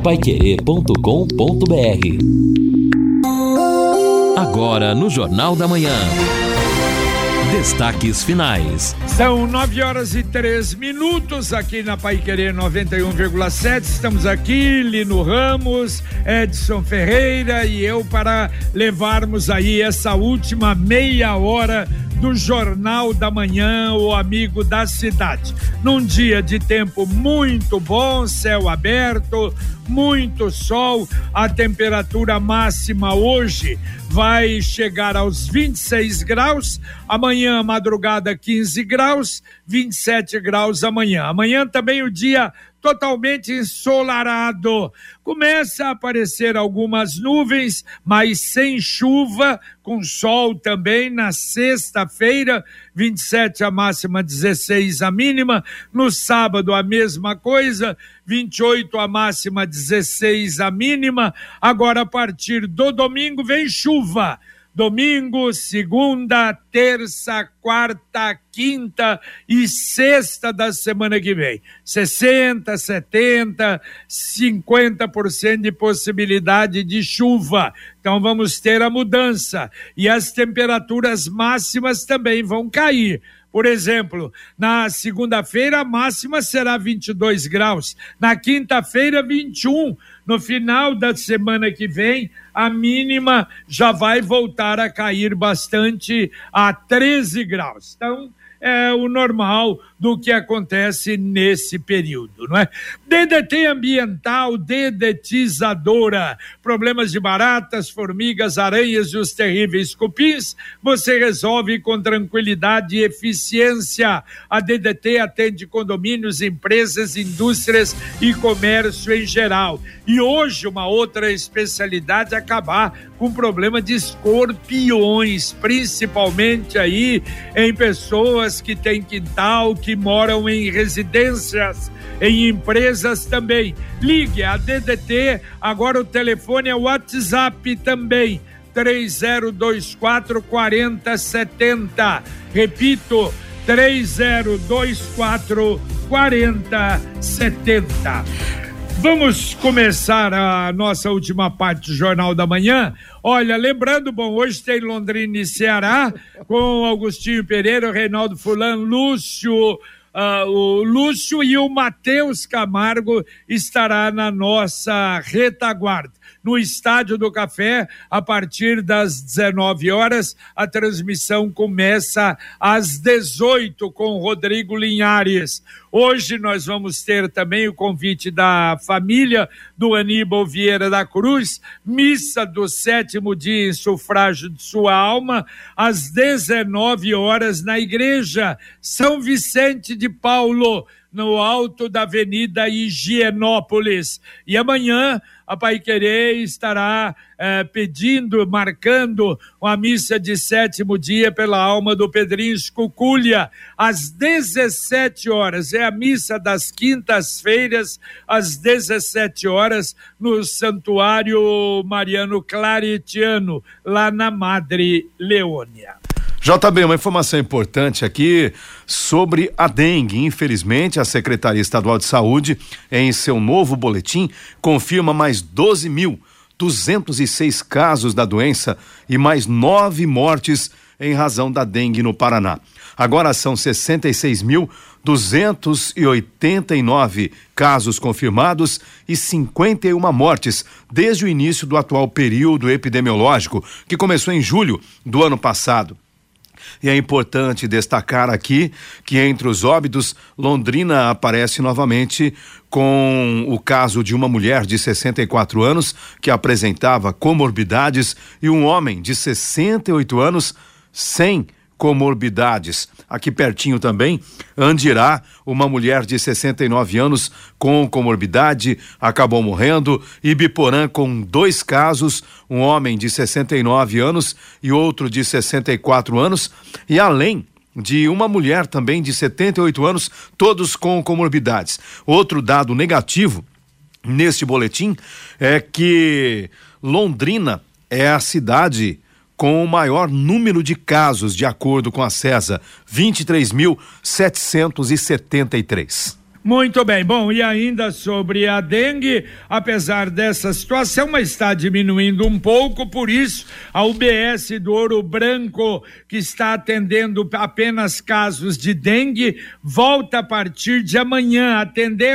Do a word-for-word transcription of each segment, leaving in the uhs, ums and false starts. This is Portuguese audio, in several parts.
paiquerê ponto com ponto br. Agora no Jornal da Manhã. Destaques finais. São nove horas e três minutos aqui na Paiquerê noventa e um vírgula sete. Estamos aqui, Lino Ramos, Edson Ferreira e eu para levarmos aí essa última meia hora do Jornal da Manhã, o amigo da cidade. Num dia de tempo muito bom, céu aberto, muito sol, a temperatura máxima hoje vai chegar aos vinte e seis graus, amanhã madrugada quinze graus, vinte e sete graus amanhã. Amanhã também o dia totalmente ensolarado. Começa a aparecer algumas nuvens, mas sem chuva, com sol também na sexta-feira, vinte e sete a máxima, dezesseis a mínima. No sábado a mesma coisa, vinte e oito a máxima, dezesseis a mínima. Agora a partir do domingo vem chuva. Domingo, segunda, terça, quarta, quinta e sexta da semana que vem. sessenta, setenta, cinquenta por cento de possibilidade de chuva. Então vamos ter a mudança. E as temperaturas máximas também vão cair. Por exemplo, na segunda-feira a máxima será vinte e dois graus, na quinta-feira vinte e um, no final da semana que vem a mínima já vai voltar a cair bastante a treze graus. Então, é o normal do que acontece nesse período, não é? D D T ambiental, dedetizadora, problemas de baratas, formigas, aranhas e os terríveis cupins, você resolve com tranquilidade e eficiência. A D D T atende condomínios, empresas, indústrias e comércio em geral. E hoje uma outra especialidade é acabar com o problema de escorpiões, principalmente aí em pessoas que têm quintal, que moram em residências, em empresas também. Ligue a D D T, agora o telefone é o WhatsApp também, três zero dois quatro, quatro zero sete zero. Repito, três zero dois quatro, quatro zero sete zero. Vamos começar a nossa última parte do Jornal da Manhã. Olha, lembrando, bom, hoje tem Londrina e Ceará, com Augustinho Pereira, o Reinaldo Fulano, Lúcio, uh, o Lúcio e o Matheus Camargo estará na nossa retaguarda. No Estádio do Café, a partir das dezenove horas, a transmissão começa às dezoito com Rodrigo Linhares. Hoje nós vamos ter também o convite da família do Aníbal Vieira da Cruz, missa do sétimo dia em sufrágio de sua alma, às dezenove horas na igreja São Vicente de Paulo, no alto da Avenida Higienópolis. E amanhã a Paiquerê estará eh, pedindo, marcando uma missa de sétimo dia pela alma do Pedrinho Escuculha, às dezessete horas. É a missa das quintas-feiras, às dezessete horas, no Santuário Mariano Claretiano, lá na Madre Leônia. J B, uma informação importante aqui sobre a dengue. Infelizmente, a Secretaria Estadual de Saúde, em seu novo boletim, confirma mais doze mil duzentos e seis casos da doença e mais nove mortes em razão da dengue no Paraná. Agora são sessenta e seis mil duzentos e oitenta e nove casos confirmados e cinquenta e uma mortes desde o início do atual período epidemiológico, que começou em julho do ano passado. E é importante destacar aqui que entre os óbitos, Londrina aparece novamente com o caso de uma mulher de sessenta e quatro anos que apresentava comorbidades e um homem de sessenta e oito anos sem comorbidades. Aqui pertinho também, Andirá, uma mulher de sessenta e nove anos com comorbidade, acabou morrendo. Ibiporã com dois casos, um homem de sessenta e nove anos e outro de sessenta e quatro anos, e além de uma mulher também de setenta e oito anos, todos com comorbidades. Outro dado negativo neste boletim é que Londrina é a cidade com o maior número de casos, de acordo com a CESA, vinte e três mil setecentos e setenta e três. Muito bem, bom, e ainda sobre a dengue, apesar dessa situação, mas está diminuindo um pouco, por isso a U B S do Ouro Branco, que está atendendo apenas casos de dengue, volta a partir de amanhã a atender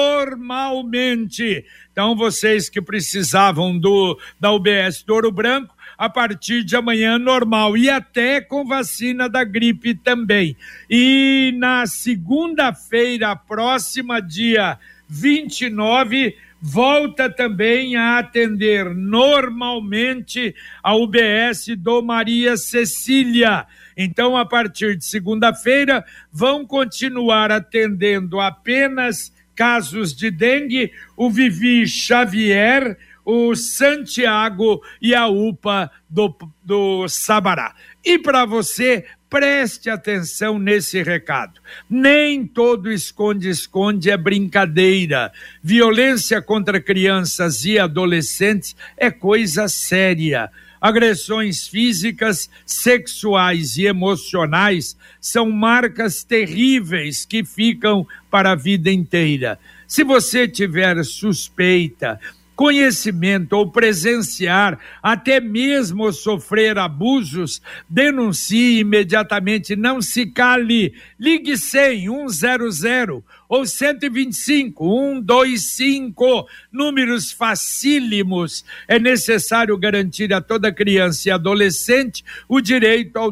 normalmente. Então vocês que precisavam do, da U B S do Ouro Branco, a partir de amanhã normal e até com vacina da gripe também. E na segunda-feira próxima, dia vinte e nove, volta também a atender normalmente a U B S do Maria Cecília. Então, a partir de segunda-feira, vão continuar atendendo apenas casos de dengue, o Vivi Xavier, o Santiago e a U P A do, do Sabará. E para você, preste atenção nesse recado. Nem todo esconde-esconde é brincadeira. Violência contra crianças e adolescentes é coisa séria. Agressões físicas, sexuais e emocionais são marcas terríveis que ficam para a vida inteira. Se você tiver suspeita, conhecimento ou presenciar, até mesmo sofrer abusos, denuncie imediatamente, não se cale, ligue cem, um zero zero ou cento e vinte e cinco, um dois cinco, números facílimos. É necessário garantir a toda criança e adolescente o direito ao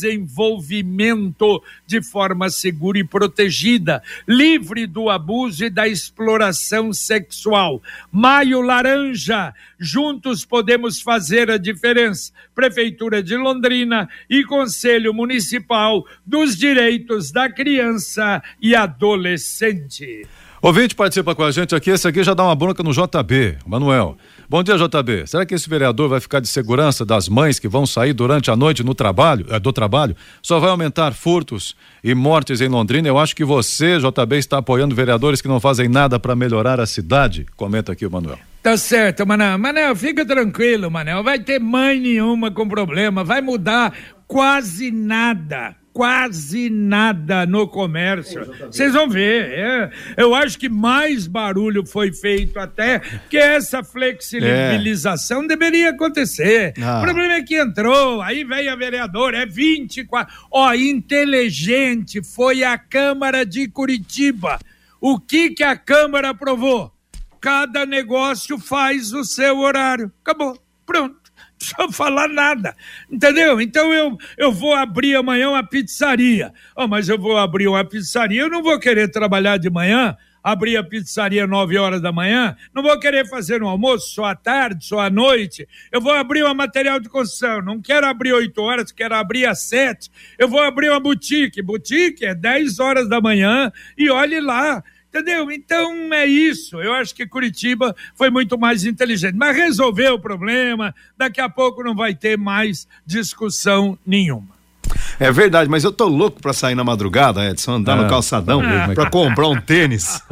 desenvolvimento de forma segura e protegida, livre do abuso e da exploração sexual. Maio Laranja, juntos podemos fazer a diferença. Prefeitura de Londrina e Conselho Municipal dos Direitos da Criança e Adolescente. Ouvinte participa com a gente aqui, esse aqui já dá uma bronca no J B, Manuel. Bom dia, J B. Será que esse vereador vai ficar de segurança das mães que vão sair durante a noite no trabalho, é, do trabalho? Só vai aumentar furtos e mortes em Londrina. Eu acho que você, J B, está apoiando vereadores que não fazem nada para melhorar a cidade. Comenta aqui o Manuel. Tá certo, Manel. Manel, fica tranquilo, Manel. Vai ter mãe nenhuma com problema. Vai mudar quase nada. Quase nada no comércio. Vocês vão ver. É. Eu acho que mais barulho foi feito até que essa flexibilização é. deveria acontecer. Ah. O problema é que entrou, aí veio a vereadora, é vinte e quatro. Ó, inteligente foi a Câmara de Curitiba. O que que a Câmara aprovou? Cada negócio faz o seu horário. Acabou. Pronto. Não precisa falar nada, entendeu? Então eu, eu vou abrir amanhã uma pizzaria. Oh, mas eu vou abrir uma pizzaria, eu não vou querer trabalhar de manhã, abrir a pizzaria nove horas da manhã, não vou querer fazer um almoço só à tarde, só à noite. Eu vou abrir uma material de construção, não quero abrir oito horas, quero abrir às sete. Eu vou abrir uma boutique, boutique é dez horas da manhã e olhe lá. Entendeu? Então é isso. Eu acho que Curitiba foi muito mais inteligente. Mas resolveu o problema. Daqui a pouco não vai ter mais discussão nenhuma. É verdade, mas eu tô louco pra sair na madrugada, Edson, andar ah, no calçadão ah, pra comprar um tênis.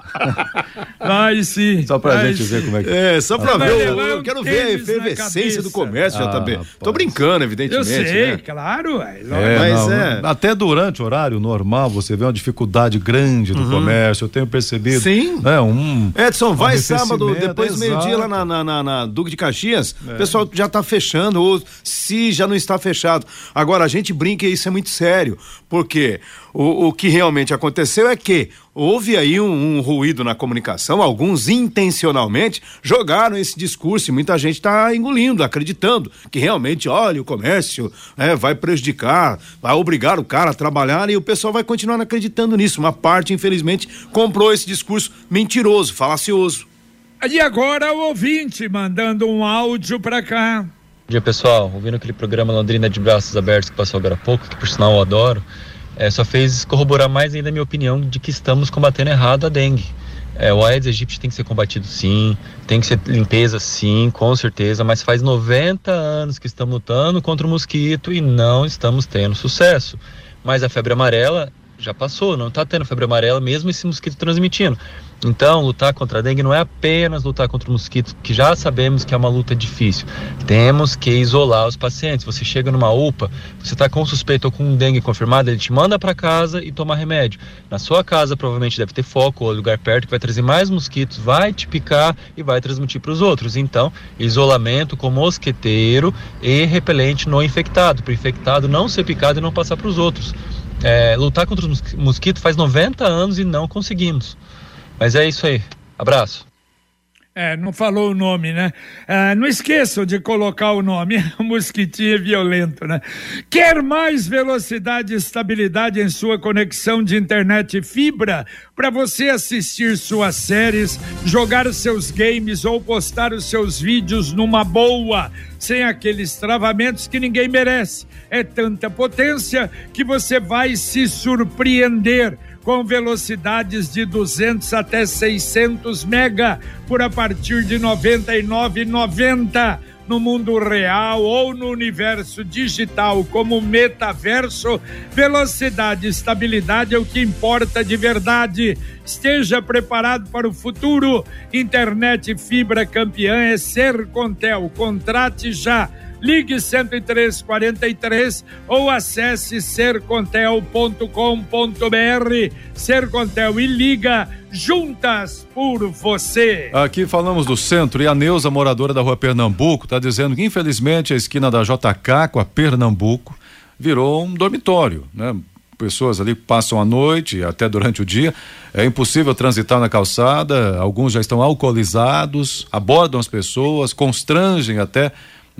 Vai sim. Só pra vai gente sim. ver como é que... É, só pra vai ver, eu, eu um quero ver a efervescência do comércio, ah, J B. Tô brincando, evidentemente. Eu sei, né? claro. É, é, mas não, é... Até durante o horário normal, você vê uma dificuldade grande do uhum. comércio, eu tenho percebido. Sim. É, um, Edson, vai um sábado, depois do meio-dia lá na, na, na, na Duque de Caxias, é. o pessoal já tá fechando, ou se já não está fechado. Agora, a gente brinca e isso é muito sério, porque o, o que realmente aconteceu é que houve aí um, um ruído na comunicação, alguns intencionalmente jogaram esse discurso e muita gente está engolindo, acreditando que realmente, olha, o comércio é, vai prejudicar, vai obrigar o cara a trabalhar e o pessoal vai continuar acreditando nisso. Uma parte, infelizmente, comprou esse discurso mentiroso, falacioso. E agora o ouvinte mandando um áudio para cá. Bom dia, pessoal. Ouvindo aquele programa Londrina de Braços Abertos que passou agora há pouco, que por sinal eu adoro, é, só fez corroborar mais ainda a minha opinião de que estamos combatendo errado a dengue. É, o Aedes aegypti tem que ser combatido sim, tem que ser limpeza sim, com certeza, mas faz noventa anos que estamos lutando contra o mosquito e não estamos tendo sucesso. Mas a febre amarela já passou, não está tendo febre amarela, mesmo esse mosquito transmitindo. Então, lutar contra a dengue não é apenas lutar contra o mosquito, que já sabemos que é uma luta difícil. Temos que isolar os pacientes. Você chega numa U P A, você está com suspeito ou com dengue confirmado, ele te manda para casa e toma remédio. Na sua casa, provavelmente deve ter foco ou lugar perto que vai trazer mais mosquitos, vai te picar e vai transmitir para os outros. Então, isolamento com mosqueteiro e repelente no infectado, para o infectado não ser picado e não passar para os outros. É, lutar contra o mosquito faz noventa anos e não conseguimos. Mas é isso aí. Abraço. É, não falou o nome, né? Ah, não esqueçam de colocar o nome. O mosquitinho é violento, né? Quer mais velocidade e estabilidade em sua conexão de internet fibra? Para você assistir suas séries, jogar os seus games ou postar os seus vídeos numa boa, sem aqueles travamentos que ninguém merece. É tanta potência que você vai se surpreender, com velocidades de duzentos até seiscentos mega por a partir de noventa e nove reais e noventa centavos. No mundo real ou no universo digital como metaverso, velocidade e estabilidade é o que importa de verdade. Esteja preparado para o futuro. Internet fibra campeã é Sercontel. Contrate já. Ligue cento e três, quarenta e três ou acesse sercontel ponto com ponto br. Sercontel e Liga, juntas por você. Aqui falamos do centro e a Neuza, moradora da rua Pernambuco, está dizendo que infelizmente a esquina da J K com a Pernambuco virou um dormitório, né? Pessoas ali passam a noite, até durante o dia, é impossível transitar na calçada, alguns já estão alcoolizados, abordam as pessoas, constrangem até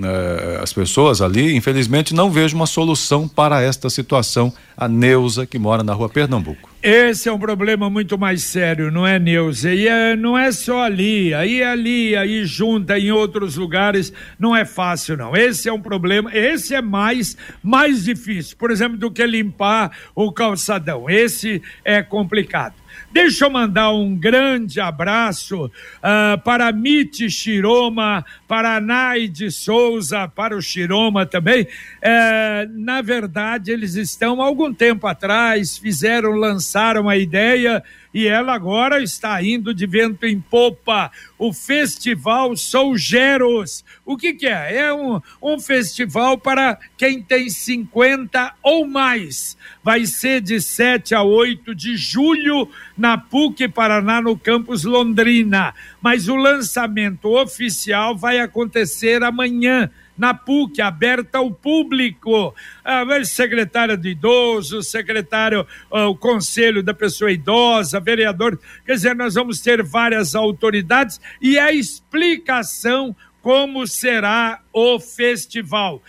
as pessoas ali. Infelizmente não vejo uma solução para esta situação. A Neuza, que mora na rua Pernambuco. Esse é um problema muito mais sério, não é, Neuza? E é, não é só ali, aí ali, aí junta em outros lugares, não é fácil não. Esse é um problema, esse é mais, mais difícil, por exemplo, do que limpar o calçadão. Esse é complicado. Deixa eu mandar um grande abraço uh, para a Miti Shiroma, para a Naide Souza, para o Shiroma também. Uh, na verdade, eles estão há algum tempo atrás, fizeram, lançaram a ideia e ela agora está indo de vento em popa. O Festival Sougeros. O que que é? É um, um festival para quem tem cinquenta ou mais. Vai ser de sete a oito de julho na P U C Paraná, no campus Londrina. Mas o lançamento oficial vai acontecer amanhã, na P U C, aberta ao público. Ah, secretária do idoso, secretário, ah, o conselho da pessoa idosa, vereador, quer dizer, nós vamos ter várias autoridades e a explicação como será o festival.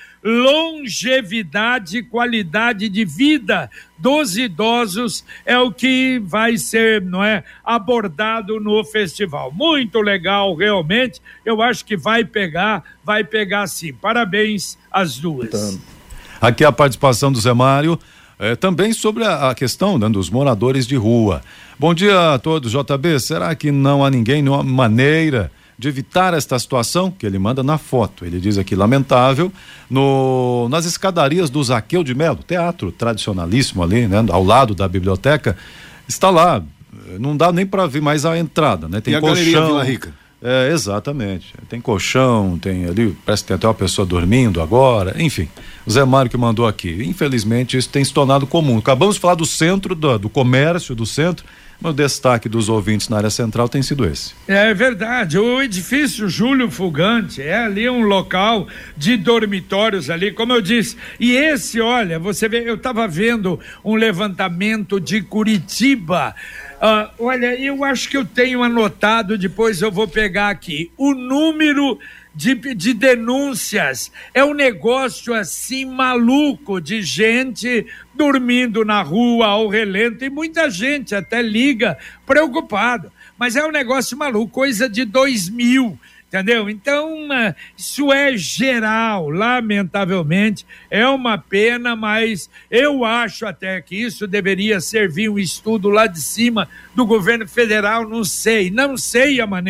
Longevidade e qualidade de vida dos idosos é o que vai ser, não é, abordado no festival. Muito legal, realmente. Eu acho que vai pegar, vai pegar sim. Parabéns às duas. Aqui a participação do Zé Mário, é, também sobre a, a questão, né, dos moradores de rua. Bom dia a todos, J B. Será que não há ninguém, nenhuma maneira de evitar esta situação? Que ele manda na foto. Ele diz aqui, lamentável, no, nas escadarias do Zaqueu de Melo, teatro tradicionalíssimo ali, né, ao lado da biblioteca, está lá, não dá nem para ver mais a entrada, né? Tem e a colchão, Galeria Vila Rica. É, exatamente. Tem colchão, tem ali, parece que tem até uma pessoa dormindo agora, enfim. O Zé Mário que mandou aqui. Infelizmente isso tem se tornado comum. Acabamos de falar do centro, do, do comércio do centro, mas o destaque dos ouvintes na área central tem sido esse. É verdade, o edifício Júlio Fugante é ali um local de dormitórios ali, como eu disse, e esse, olha, você vê, eu estava vendo um levantamento de Curitiba. Uh, olha, eu acho que eu tenho anotado, depois eu vou pegar aqui, o número de, de denúncias. É um negócio assim maluco de gente dormindo na rua ao relento e muita gente até liga preocupado. Mas é um negócio maluco, coisa de dois mil. Entendeu? Então, isso é geral, lamentavelmente, é uma pena, mas eu acho até que isso deveria servir um estudo lá de cima do governo federal, não sei, não sei a maneira.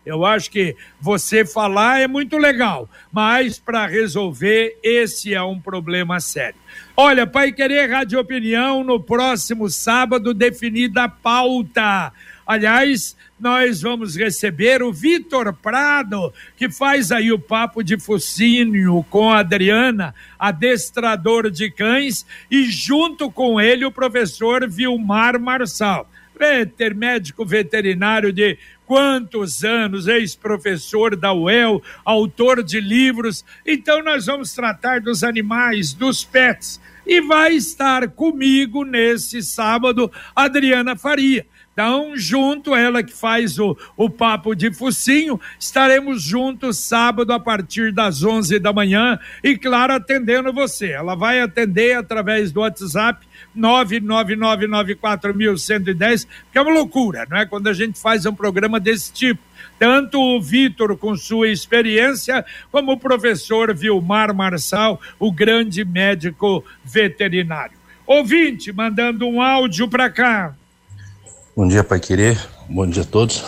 Eu acho que você falar é muito legal, mas para resolver, esse é um problema sério. Olha, Paiquerê Rádio Opinião, no próximo sábado, definida a pauta. Aliás, nós vamos receber o Vitor Prado, que faz aí o papo de focinho com a Adriana, adestrador de cães, e junto com ele o professor Vilmar Marçal, veter, médico veterinário de quantos anos, ex-professor da U E L, autor de livros. Então nós vamos tratar dos animais, dos pets, e vai estar comigo nesse sábado Adriana Faria. Então, junto, ela que faz o, o papo de focinho, estaremos juntos sábado a partir das onze da manhã e, claro, atendendo você. Ela vai atender através do WhatsApp nove nove nove nove quatro um um zero, que é uma loucura, não é? Quando a gente faz um programa desse tipo. Tanto o Vitor, com sua experiência, como o professor Vilmar Marçal, o grande médico veterinário. Ouvinte, mandando um áudio para cá. Bom dia, Paiquerê. Bom dia a todos.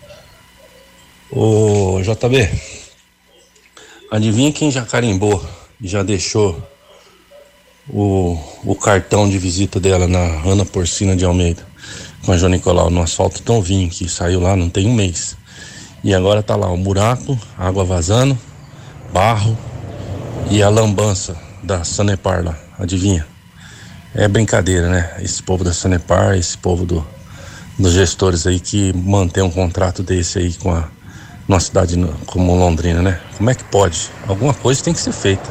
Ô, J B, adivinha quem já carimbou e já deixou o, o cartão de visita dela na Ana Porcina de Almeida com a João Nicolau no asfalto tão vinho que saiu lá não tem um mês. E agora tá lá o buraco, água vazando, barro e a lambança da Sanepar lá. Adivinha? É brincadeira, né? Esse povo da Sanepar, esse povo do dos gestores aí que mantém um contrato desse aí com a numa cidade como Londrina, né? Como é que pode? Alguma coisa tem que ser feita.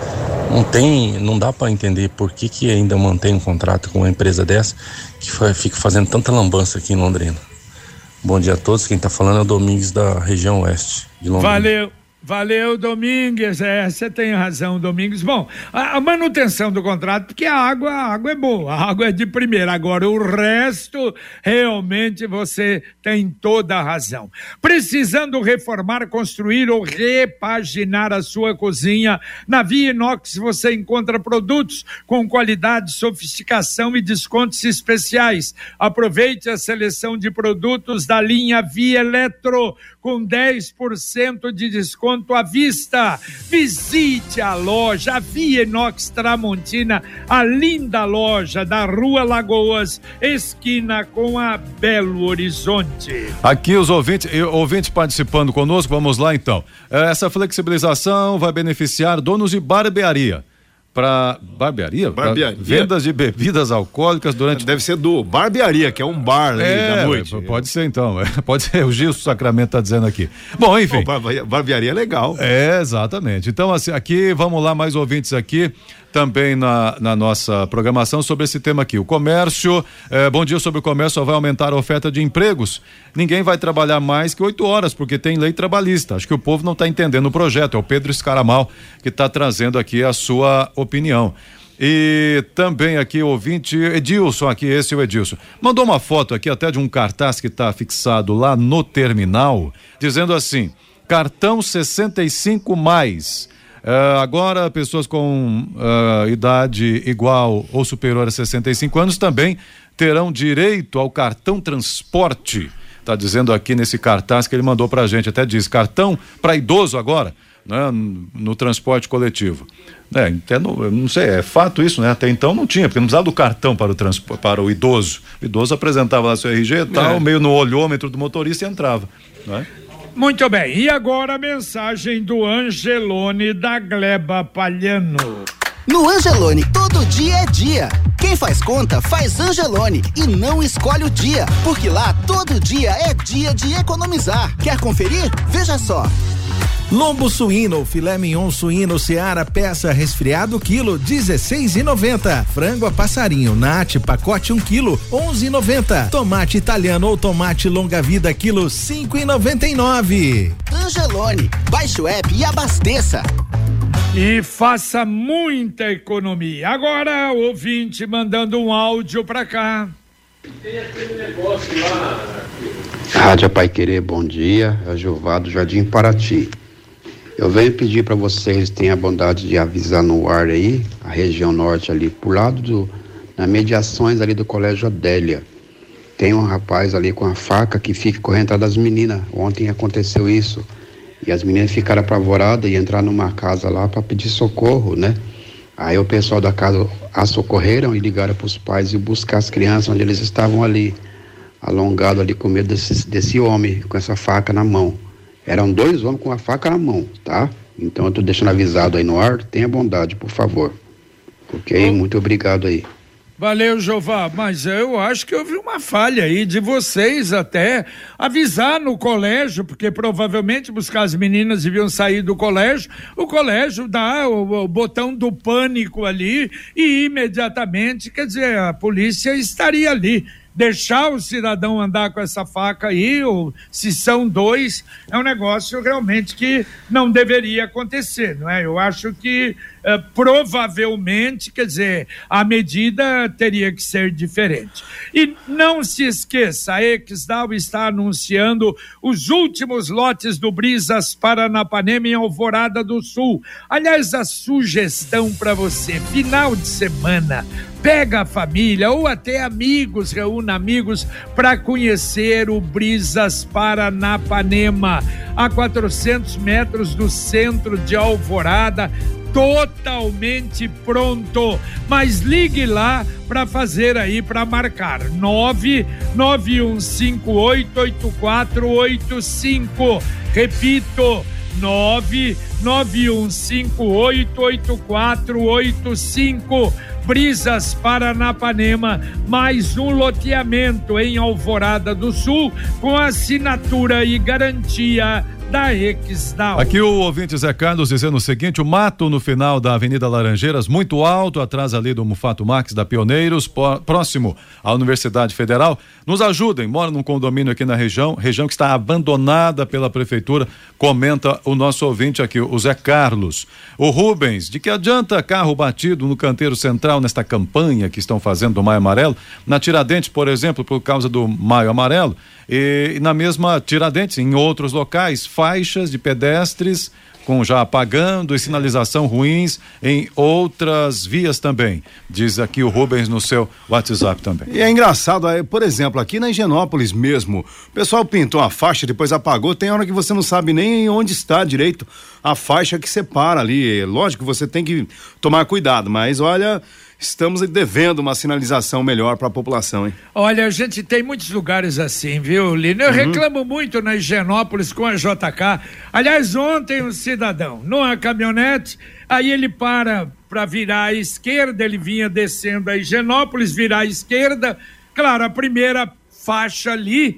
Não tem, não dá para entender por que que ainda mantém um contrato com uma empresa dessa que fica fazendo tanta lambança aqui em Londrina. Bom dia a todos, quem tá falando é o Domingues da região oeste de Londrina. Valeu. Valeu, Domingues, é, você tem razão, Domingues. Bom, a, a manutenção do contrato, porque a água, a água é boa, a água é de primeira, agora o resto, realmente você tem toda a razão. Precisando reformar, construir ou repaginar a sua cozinha, na Via Inox você encontra produtos com qualidade, sofisticação e descontos especiais. Aproveite a seleção de produtos da linha Via Eletro, com dez por cento de desconto à vista. Visite a loja, a Via Inox Tramontina, a linda loja da Rua Lagoas, esquina com a Belo Horizonte. Aqui os ouvintes, ouvintes participando conosco, vamos lá então. Essa flexibilização vai beneficiar donos de barbearia. Para barbearia? Barbearia. Pra vendas de bebidas alcoólicas durante... Deve ser do barbearia, que é um bar ali é, da noite. Pode ser então, pode ser, o Gilson Sacramento tá dizendo aqui. Bom, enfim. Bom, barbearia, barbearia é legal. É, exatamente. Então, assim, aqui, vamos lá, mais ouvintes aqui, também na, na nossa programação sobre esse tema aqui. O comércio, é, bom dia, sobre o comércio, só vai aumentar a oferta de empregos. Ninguém vai trabalhar mais que oito horas, porque tem lei trabalhista. Acho que o povo não está entendendo o projeto. É o Pedro Escaramal que está trazendo aqui a sua opinião. E também aqui o ouvinte Edilson, aqui esse é o Edilson, mandou uma foto aqui até de um cartaz que está fixado lá no terminal, dizendo assim: cartão sessenta e cinco mais. Uh, agora, pessoas com uh, idade igual ou superior a sessenta e cinco anos também terão direito ao cartão transporte. Está dizendo aqui nesse cartaz que ele mandou pra gente, até diz, cartão para idoso agora, né, no, no transporte coletivo. É, até no, não sei, é fato isso, né? Até então não tinha, porque não precisava do cartão para o, transpo, para o idoso. O idoso apresentava lá seu R G e tal, é. meio no olhômetro do motorista e entrava, né? Muito bem, e agora a mensagem do Angelone da Gleba Palhano. No Angelone, todo dia é dia. Quem faz conta, faz Angelone e não escolhe o dia, porque lá todo dia é dia de economizar. Quer conferir? Veja só. Lombo suíno, filé mignon suíno Seara, peça resfriado, quilo, dezesseis e noventa. Frango a passarinho, Nati, pacote um quilo, onze e noventa. Tomate italiano ou tomate longa vida, quilo, cinco e noventa e nove. Angelone, baixe o app e abasteça. E faça muita economia. Agora, ouvinte mandando um áudio pra cá. Tem aquele negócio lá. Rádio Paiquerê, bom dia. É Gilvado Jardim Paraty. Eu venho pedir para vocês, tenham a bondade de avisar no ar aí, a região norte ali, por lado do, nas mediações ali do Colégio Adélia. tem um rapaz ali com a faca que fica correndo atrás das meninas. Ontem aconteceu isso. E as meninas ficaram apavoradas e entraram numa casa lá para pedir socorro, né? Aí o pessoal da casa a socorreram e ligaram para os pais e buscar as crianças onde eles estavam ali, alongados ali com medo desse, desse homem com essa faca na mão. Eram dois homens com a faca na mão, tá? Então eu tô deixando avisado aí no ar, tenha bondade, por favor. Ok? Muito obrigado aí. Valeu, Jová, mas eu acho que houve uma falha aí de vocês até avisar no colégio, porque provavelmente buscar as meninas deviam sair do colégio, o colégio dá o, o botão do pânico ali e imediatamente, quer dizer, a polícia estaria ali. Deixar o cidadão andar com essa faca aí, ou se são dois, é um negócio realmente que não deveria acontecer, não é? Eu acho que eh, provavelmente, quer dizer, a medida teria que ser diferente. E não se esqueça, a Exdal está anunciando os últimos lotes do Brisas Paranapanema em Alvorada do Sul. Aliás, a sugestão para você, final de semana, pega a família ou até amigos, reúna amigos para conhecer o Brisas Paranapanema, a quatrocentos metros do centro de Alvorada, totalmente pronto. Mas ligue lá para fazer aí, para marcar nove nove um cinco oito oito quatro oito cinco. Repito, nove nove um cinco oito oito quatro oito cinco. Brisas Paranapanema, mais um loteamento em Alvorada do Sul, com assinatura e garantia da Exdal. Aqui o ouvinte Zé Carlos dizendo o seguinte: o mato no final da Avenida Laranjeiras, muito alto, atrás ali do Mufato Max da Pioneiros, próximo à Universidade Federal. Nos ajudem, mora num condomínio aqui na região, região que está abandonada pela prefeitura, comenta o nosso ouvinte aqui, o Zé Carlos. O Rubens, de que adianta carro batido no canteiro central nesta campanha que estão fazendo do Maio Amarelo, na Tiradentes, por exemplo, por causa do Maio Amarelo, e, e na mesma Tiradentes, em outros locais, faixas de pedestres com já apagando e sinalização ruins em outras vias também, diz aqui o Rubens no seu WhatsApp também. E é engraçado, por exemplo, aqui na Higienópolis mesmo, o pessoal pintou a faixa, depois apagou, tem hora que você não sabe nem onde está direito a faixa que separa ali. Lógico que você tem que tomar cuidado, mas olha, estamos devendo uma sinalização melhor para a população, hein? Olha, a gente tem muitos lugares assim, viu, Lino? Eu uhum. reclamo muito na Higienópolis com a J K. Aliás, ontem um cidadão, numa caminhonete, aí ele para para virar à esquerda, ele vinha descendo a Higienópolis, virar à esquerda. Claro, a primeira faixa ali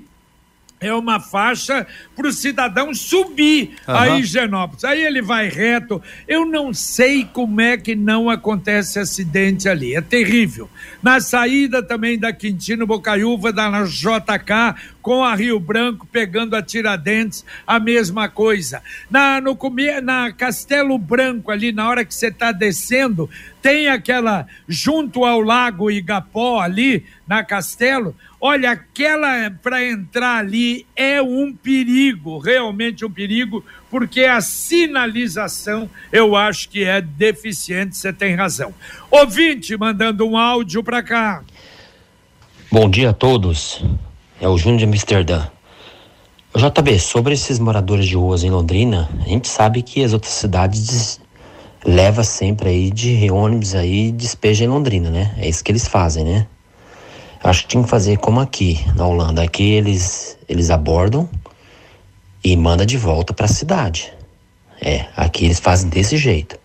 é uma faixa para o cidadão subir uhum. a Higienópolis. Aí ele vai reto. Eu não sei como é que não acontece acidente ali. É terrível. Na saída também da Quintino Bocaiúva, da J K, com a Rio Branco, pegando a Tiradentes, a mesma coisa. Na, no, na Castelo Branco, ali, na hora que você está descendo, tem aquela, junto ao Lago Igapó, ali, na Castelo, olha, aquela para entrar ali é um perigo, realmente um perigo, porque a sinalização eu acho que é deficiente, você tem razão. Ouvinte mandando um áudio para cá. Bom dia a todos, é o Júnior de Amsterdã. J B, sobre esses moradores de ruas em Londrina, a gente sabe que as outras cidades levam sempre aí de ônibus aí e despejam em Londrina, né? É isso que eles fazem, né? Acho que tinha que fazer como aqui na Holanda. Aqui eles, eles abordam e mandam de volta para a cidade. É, aqui eles fazem desse jeito.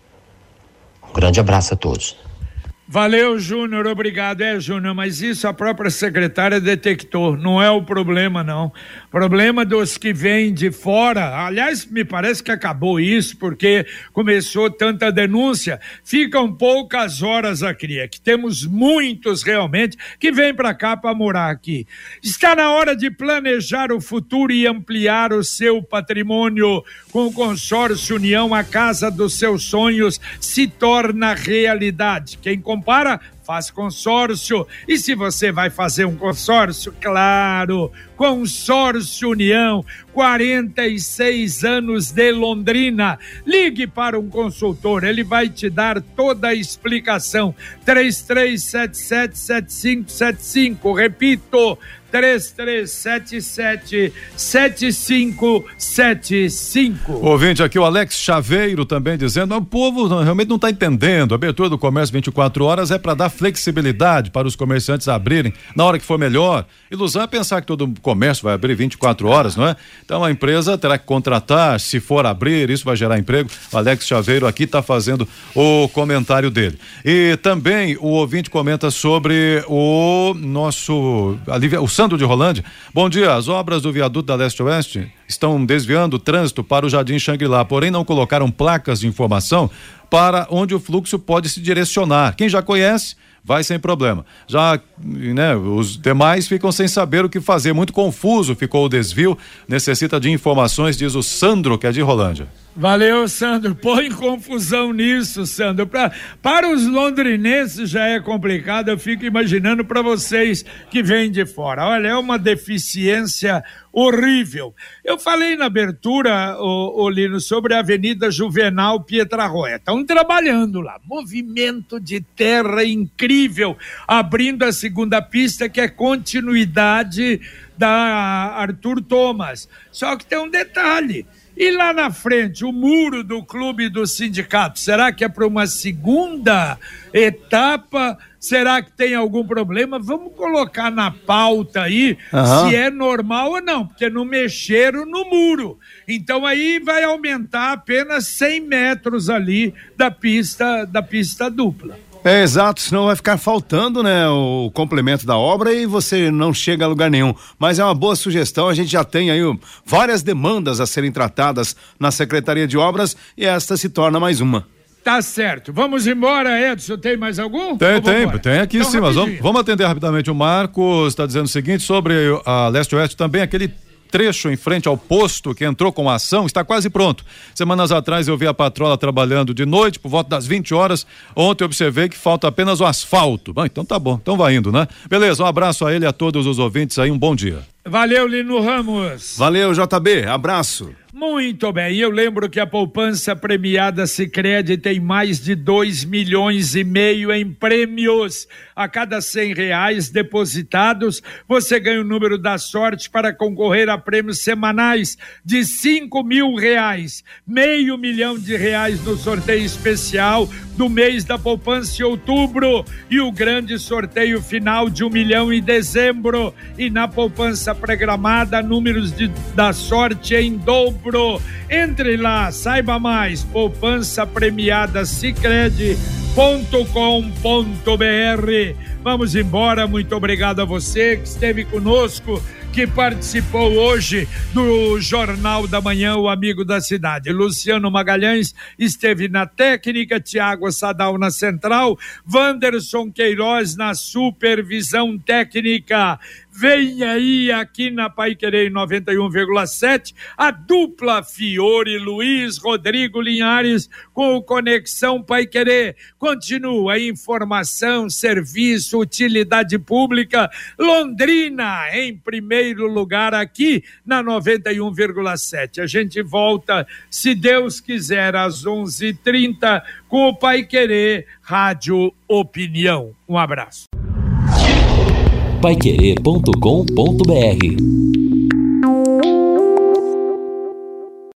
Um grande abraço a todos. Valeu, Júnior, obrigado. É, Júnior, mas isso a própria secretária detectou, não é o problema, não. Problema dos que vêm de fora, aliás, me parece que acabou isso, porque começou tanta denúncia, ficam poucas horas aqui, é que temos muitos realmente que vêm para cá para morar aqui. Está na hora de planejar o futuro e ampliar o seu patrimônio. Com o Consórcio União, a casa dos seus sonhos se torna realidade. Quem compara, faz consórcio. E se você vai fazer um consórcio, claro, Consórcio União, quarenta e seis anos de Londrina. Ligue para um consultor, ele vai te dar toda a explicação. três três sete sete sete cinco sete cinco, repito, três três sete sete, sete cinco sete cinco. Ouvinte aqui, o Alex Chaveiro também dizendo, o povo realmente não está entendendo, a abertura do comércio vinte e quatro horas é para dar flexibilidade para os comerciantes abrirem na hora que for melhor. Ilusão é pensar que todo comércio vai abrir vinte e quatro horas, não é? Então a empresa terá que contratar, se for abrir, isso vai gerar emprego. O Alex Chaveiro aqui está fazendo o comentário dele. E também o ouvinte comenta sobre o nosso, o Sandro de Rolândia. Bom dia, as obras do viaduto da Leste-Oeste estão desviando o trânsito para o Jardim Xangri-Lá, porém não colocaram placas de informação para onde o fluxo pode se direcionar. Quem já conhece, vai sem problema. Já, né, os demais ficam sem saber o que fazer. Muito confuso ficou o desvio, necessita de informações, diz o Sandro, que é de Rolândia. Valeu, Sandro. Põe confusão nisso, Sandro. Pra, para os londrinenses já é complicado, eu fico imaginando para vocês que vêm de fora. Olha, é uma deficiência horrível. Eu falei na abertura, ô, ô Lino, sobre a Avenida Juvenal Pietrarroia. Estão trabalhando lá. Movimento de terra incrível, abrindo a segunda pista, que é continuidade da Arthur Thomas. Só que tem um detalhe. E lá na frente, o muro do clube do sindicato, será que é para uma segunda etapa? Será que tem algum problema? Vamos colocar na pauta aí, uhum, se é normal ou não, porque não mexeram no muro. Então aí vai aumentar apenas cem metros ali da pista, da pista dupla. É, exato, senão vai ficar faltando, né, o complemento da obra e você não chega a lugar nenhum. Mas é uma boa sugestão, a gente já tem aí várias demandas a serem tratadas na Secretaria de Obras e esta se torna mais uma. Tá certo. Vamos embora, Edson. Tem mais algum? Tem, tem, tem aqui então, sim, mas vamos, vamos atender rapidamente. O Marcos está dizendo o seguinte sobre a Leste-Oeste também, aquele trecho em frente ao posto que entrou com a ação está quase pronto. Semanas atrás eu vi a patrola trabalhando de noite por volta das vinte horas. Ontem eu observei que falta apenas o asfalto. Bom, então tá bom, então vai indo, né? Beleza, um abraço a ele e a todos os ouvintes aí, um bom dia. Valeu, Lino Ramos. Valeu, J B, abraço. Muito bem, eu lembro que a poupança premiada Sicredi tem mais de dois milhões e meio em prêmios. A cada cem reais depositados, você ganha o número da sorte para concorrer a prêmios semanais de cinco mil reais, meio milhão de reais no sorteio especial do mês da poupança em outubro e o grande sorteio final de um milhão em dezembro. E na poupança programada, números de, da sorte em dobro. Entre lá, saiba mais, poupança premiada Sicredi ponto com ponto br. Vamos embora, muito obrigado a você que esteve conosco, que participou hoje do Jornal da Manhã, o Amigo da Cidade. Luciano Magalhães esteve na técnica, Tiago Sadal na central, Wanderson Queiroz na supervisão técnica. Vem aí aqui na Paiquerê noventa e um vírgula sete, a dupla Fiore Luiz Rodrigo Linhares com o Conexão Paiquerê. Continua informação, serviço, utilidade pública. Londrina em primeiro lugar aqui na noventa e um vírgula sete. A gente volta, se Deus quiser, às onze e trinta com o Paiquerê Rádio Opinião. Um abraço. paiquerê ponto com ponto br